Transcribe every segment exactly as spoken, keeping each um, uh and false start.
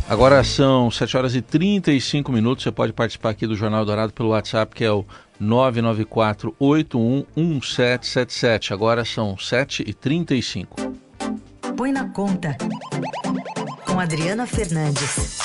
Agora são sete horas e trinta e cinco minutos. Você pode participar aqui do Jornal Dourado pelo WhatsApp, que é o nove nove quatro oito um um sete sete sete. Agora são sete e trinta e cinco. Põe na Conta, com Adriana Fernandes.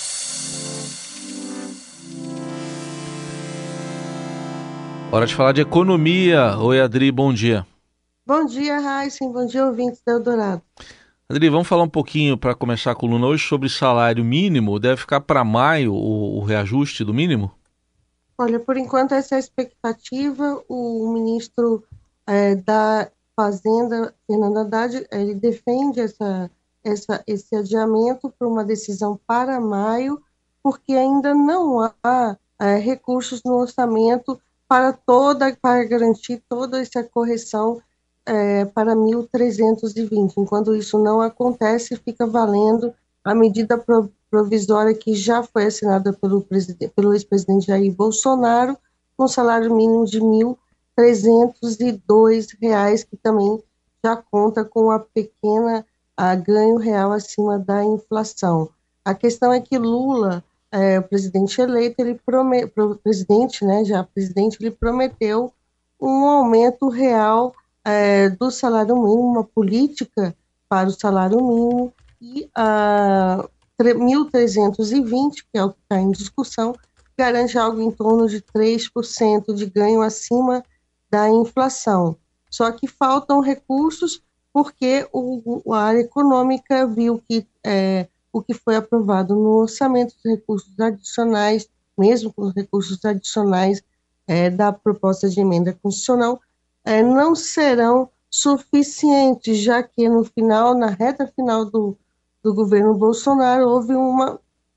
Hora de falar de economia. Oi, Adri, bom dia. Bom dia, Raíssa. Bom dia, ouvintes da Eldorado. Adri, vamos falar um pouquinho, para começar a coluna hoje, sobre salário mínimo. Deve ficar para maio o, o reajuste do mínimo? Olha, por enquanto essa é a expectativa. O ministro é, da Fazenda, Fernando Haddad, ele defende essa, essa, esse adiamento para uma decisão para maio, porque ainda não há é, recursos no orçamento para, toda, para garantir toda essa correção É, para mil trezentos e vinte. Enquanto isso não acontece, fica valendo a medida provisória que já foi assinada pelo, pelo ex-presidente Jair Bolsonaro, com salário mínimo de mil trezentos e dois reais, que também já conta com a pequena a ganho real acima da inflação. A questão é que Lula, é, o presidente eleito, ele prome, pro, presidente, né, já presidente, ele prometeu um aumento real É, do salário mínimo, uma política para o salário mínimo, e a mil trezentos e vinte, que é o que está em discussão, garante algo em torno de três por cento de ganho acima da inflação. Só que faltam recursos porque o, a área econômica viu que é, o que foi aprovado no orçamento, os recursos adicionais, mesmo com os recursos adicionais é, da proposta de emenda constitucional, É, não serão suficientes, já que no final, na reta final do, do governo Bolsonaro, houve uma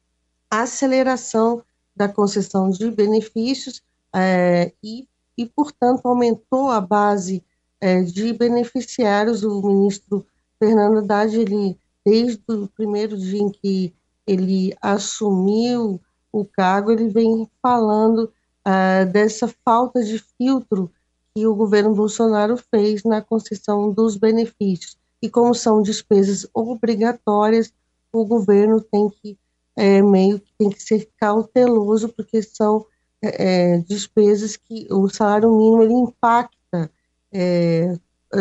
aceleração da concessão de benefícios é, e, e, portanto, aumentou a base é, de beneficiários. O ministro Fernando Haddad, ele, desde o primeiro dia em que ele assumiu o cargo, ele vem falando é, dessa falta de filtro que o governo Bolsonaro fez na concessão dos benefícios. E como são despesas obrigatórias, o governo tem que, é, meio que tem que ser cauteloso, porque são é, despesas que o salário mínimo ele impacta é,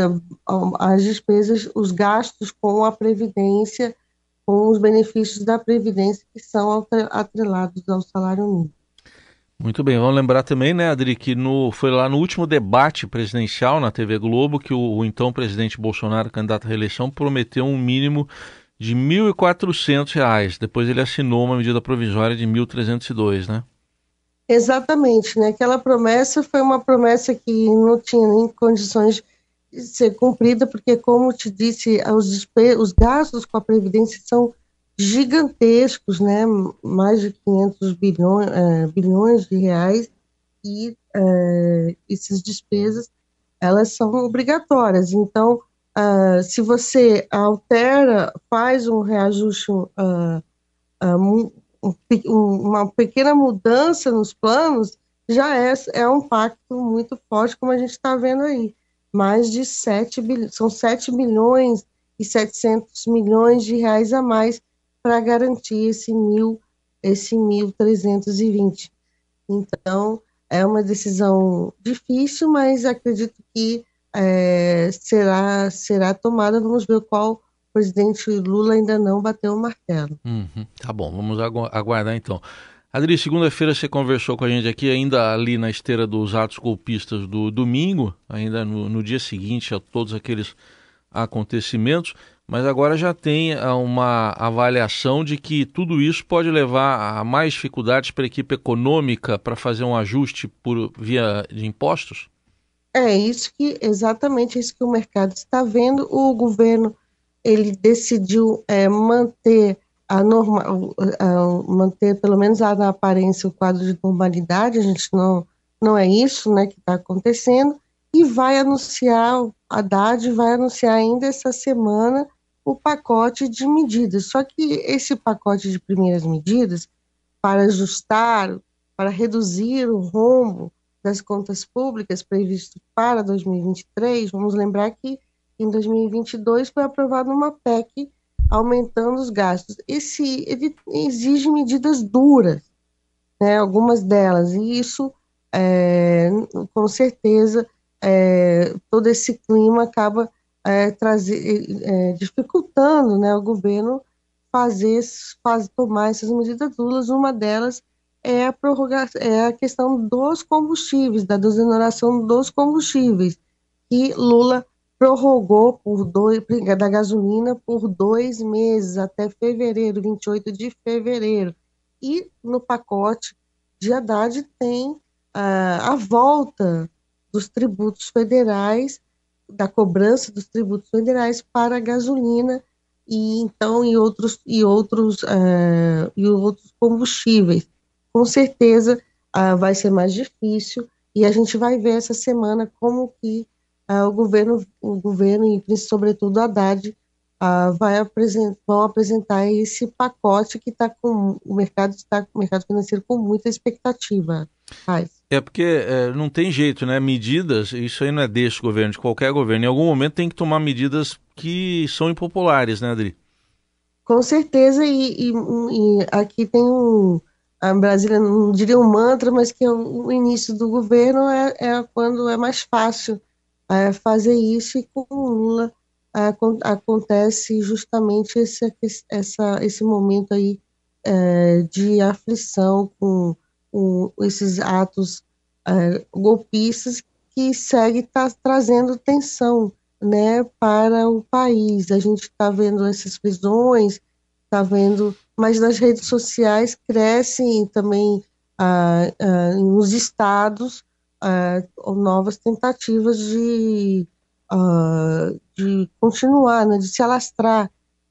as despesas, os gastos com a Previdência, com os benefícios da Previdência que são atrelados ao salário mínimo. Muito bem, vamos lembrar também, né, Adri, que no, foi lá no último debate presidencial na T V Globo que o, o então presidente Bolsonaro, candidato à reeleição, prometeu um mínimo de mil e quatrocentos reais. Depois ele assinou uma medida provisória de mil trezentos e dois, né? Exatamente, né? Aquela promessa foi uma promessa que não tinha nem condições de ser cumprida, porque, como te disse, os, os gastos com a Previdência são gigantescos, né? Mais de quinhentos bilhões, é, bilhões de reais, e é, essas despesas elas são obrigatórias. Então, uh, se você altera, faz um reajuste, uh, uh, um, um, uma pequena mudança nos planos, já é, é um impacto muito forte, como a gente está vendo aí. Mais de sete bilhões, são sete bilhões e setecentos milhões de reais a mais para garantir esse mil, esse mil trezentos e vinte. Então, é uma decisão difícil, mas acredito que é, será, será tomada. Vamos ver qual o presidente Lula ainda não bateu o martelo. Uhum, tá bom, vamos agu- aguardar então. Adri, segunda-feira você conversou com a gente aqui, ainda ali na esteira dos atos golpistas do domingo, ainda no, no dia seguinte a todos aqueles acontecimentos, mas agora já tem uma avaliação de que tudo isso pode levar a mais dificuldades para a equipe econômica para fazer um ajuste por via de impostos? É isso que, exatamente isso que o mercado está vendo. O governo, ele decidiu é, manter a norma, a, manter pelo menos a, na aparência o quadro de normalidade. A gente não, não é isso, né, que está acontecendo, e vai anunciar, o Haddad vai anunciar ainda essa semana o pacote de medidas. Só que esse pacote de primeiras medidas, para ajustar, para reduzir o rombo das contas públicas previsto para dois mil e vinte e três, vamos lembrar que em dois mil e vinte e dois foi aprovada uma P E C aumentando os gastos. Esse, ele exige medidas duras, né, algumas delas, e isso, é, com certeza, é, todo esse clima acaba é, trazer, é, dificultando, né, o governo fazer, faz, tomar essas medidas duras. Uma delas é a, prorroga, é a questão dos combustíveis, da desoneração dos combustíveis, que Lula prorrogou por dois, da gasolina por dois meses, até fevereiro, vinte e oito de fevereiro. E no pacote de Haddad tem ah, a volta dos tributos federais, da cobrança dos tributos federais para a gasolina e então e outros e outros uh, e outros combustíveis. Com certeza uh, vai ser mais difícil e a gente vai ver essa semana como que uh, o governo o governo e sobretudo a Haddad uh, vai apresentar vão apresentar esse pacote que está com o mercado está o mercado financeiro com muita expectativa. Faz. É porque é, não tem jeito, né? Medidas, isso aí não é deste governo, de qualquer governo. Em algum momento tem que tomar medidas que são impopulares, né, Adri? Com certeza, e, e, e aqui tem um, a Brasília não diria um mantra, mas que é o, o início do governo é, é quando é mais fácil é, fazer isso, e com o Lula é, acontece justamente esse, essa, esse momento aí é, de aflição com, com esses atos é, golpistas que segue tá, trazendo tensão, né, para o país. A gente está vendo essas prisões, está vendo, mas nas redes sociais crescem também ah, ah, nos estados ah, novas tentativas de, ah, de continuar, né, de se alastrar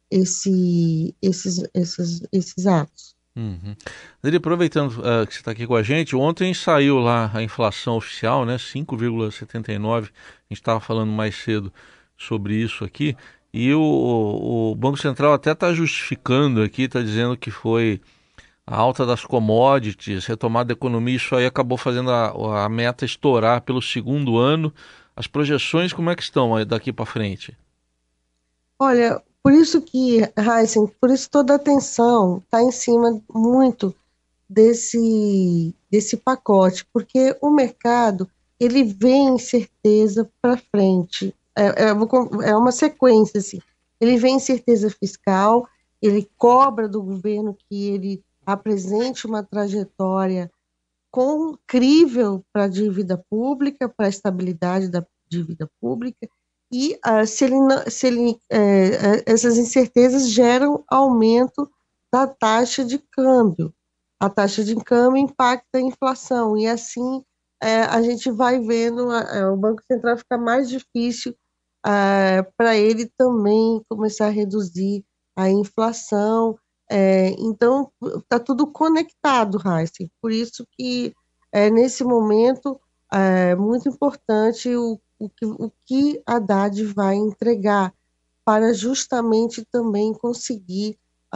esse, esses, esses, esses atos. Uhum. Adri, aproveitando uh, que você está aqui com a gente, ontem saiu lá a inflação oficial, né, cinco vírgula setenta e nove, a gente estava falando mais cedo sobre isso aqui, e o, o Banco Central até está justificando aqui, está dizendo que foi a alta das commodities, retomada da economia, isso aí acabou fazendo a, a meta estourar pelo segundo ano. As projeções como é que estão aí daqui para frente? Olha, por isso que, Heisen, por isso toda a atenção está em cima muito desse, desse pacote, porque o mercado, ele vê incerteza para frente, é, é, é uma sequência, assim, ele vê incerteza fiscal, ele cobra do governo que ele apresente uma trajetória com, crível para a dívida pública, para a estabilidade da dívida pública, e uh, se ele, se ele, eh, essas incertezas geram aumento da taxa de câmbio. A taxa de câmbio impacta a inflação, e assim eh, a gente vai vendo a, o Banco Central ficar mais difícil uh, para ele também começar a reduzir a inflação. Eh, então, está tudo conectado, Raíssa. Por isso que, eh, nesse momento, é muito importante o O que, o que a Haddad vai entregar para justamente também conseguir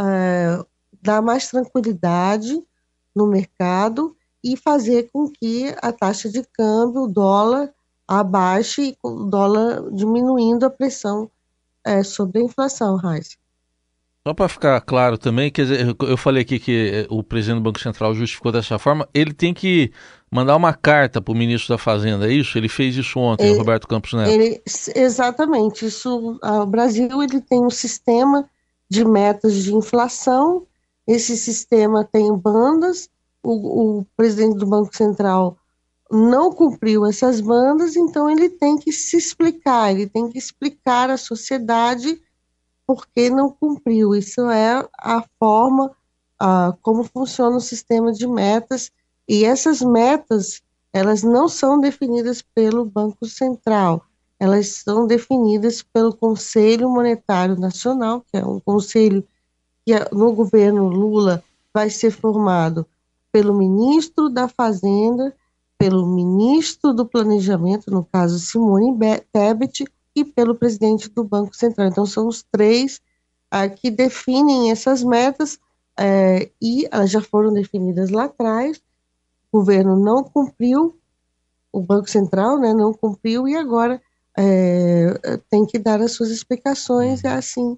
uh, dar mais tranquilidade no mercado e fazer com que a taxa de câmbio, o dólar, abaixe, e o dólar diminuindo a pressão uh, sobre a inflação, Raíssa. Só para ficar claro também, quer dizer, eu falei aqui que o presidente do Banco Central justificou dessa forma, ele tem que mandar uma carta para o ministro da Fazenda, é isso? Ele fez isso ontem, ele, o Roberto Campos Neto. Ele, exatamente. Isso, o Brasil ele tem um sistema de metas de inflação, esse sistema tem bandas, o, o presidente do Banco Central não cumpriu essas bandas, então ele tem que se explicar, ele tem que explicar à sociedade por que não cumpriu. Isso é a forma uh, como funciona o sistema de metas, e essas metas, elas não são definidas pelo Banco Central, elas são definidas pelo Conselho Monetário Nacional, que é um conselho que no governo Lula vai ser formado pelo ministro da Fazenda, pelo ministro do Planejamento, no caso Simone Tebet, e pelo presidente do Banco Central. Então, são os três ah, que definem essas metas, eh, e elas já foram definidas lá atrás. O governo não cumpriu, o Banco Central, né, não cumpriu, e agora eh, tem que dar as suas explicações, e assim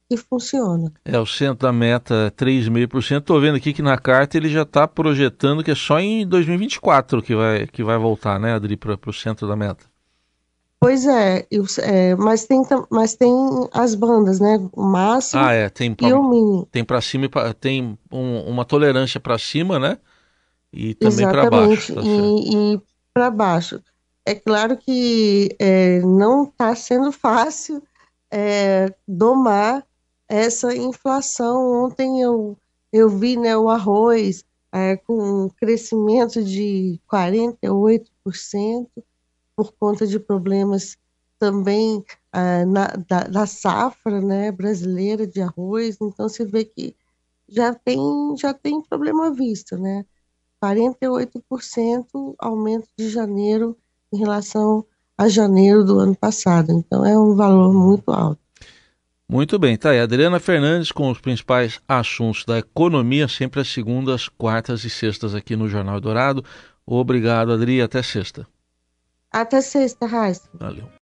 que funciona. É, o centro da meta é três vírgula cinco por cento. Estou vendo aqui que na carta ele já está projetando que é só em dois mil e vinte e quatro que vai, que vai voltar, né, Adri, para o centro da meta. Pois é, eu, é, mas, tem, mas tem as bandas, né? O máximo ah, é, tem pra, e o mínimo. Tem para cima e pra, tem um, uma tolerância para cima, né? E também para Exatamente, baixo. Tá e, e para baixo. É claro que é, não está sendo fácil é, domar essa inflação. Ontem eu, eu vi, né, o arroz é, com um crescimento de quarenta e oito por cento por conta de problemas também ah, na, da, da safra, né, brasileira de arroz. Então se vê que já tem, já tem problema à vista, né? quarenta e oito por cento aumento de janeiro em relação a janeiro do ano passado. Então é um valor muito alto. Muito bem, tá aí. Adriana Fernandes com os principais assuntos da economia, sempre às segundas, quartas e sextas aqui no Jornal Dourado. Obrigado, Adri, até sexta. Até sexta, Raíssa. Valeu.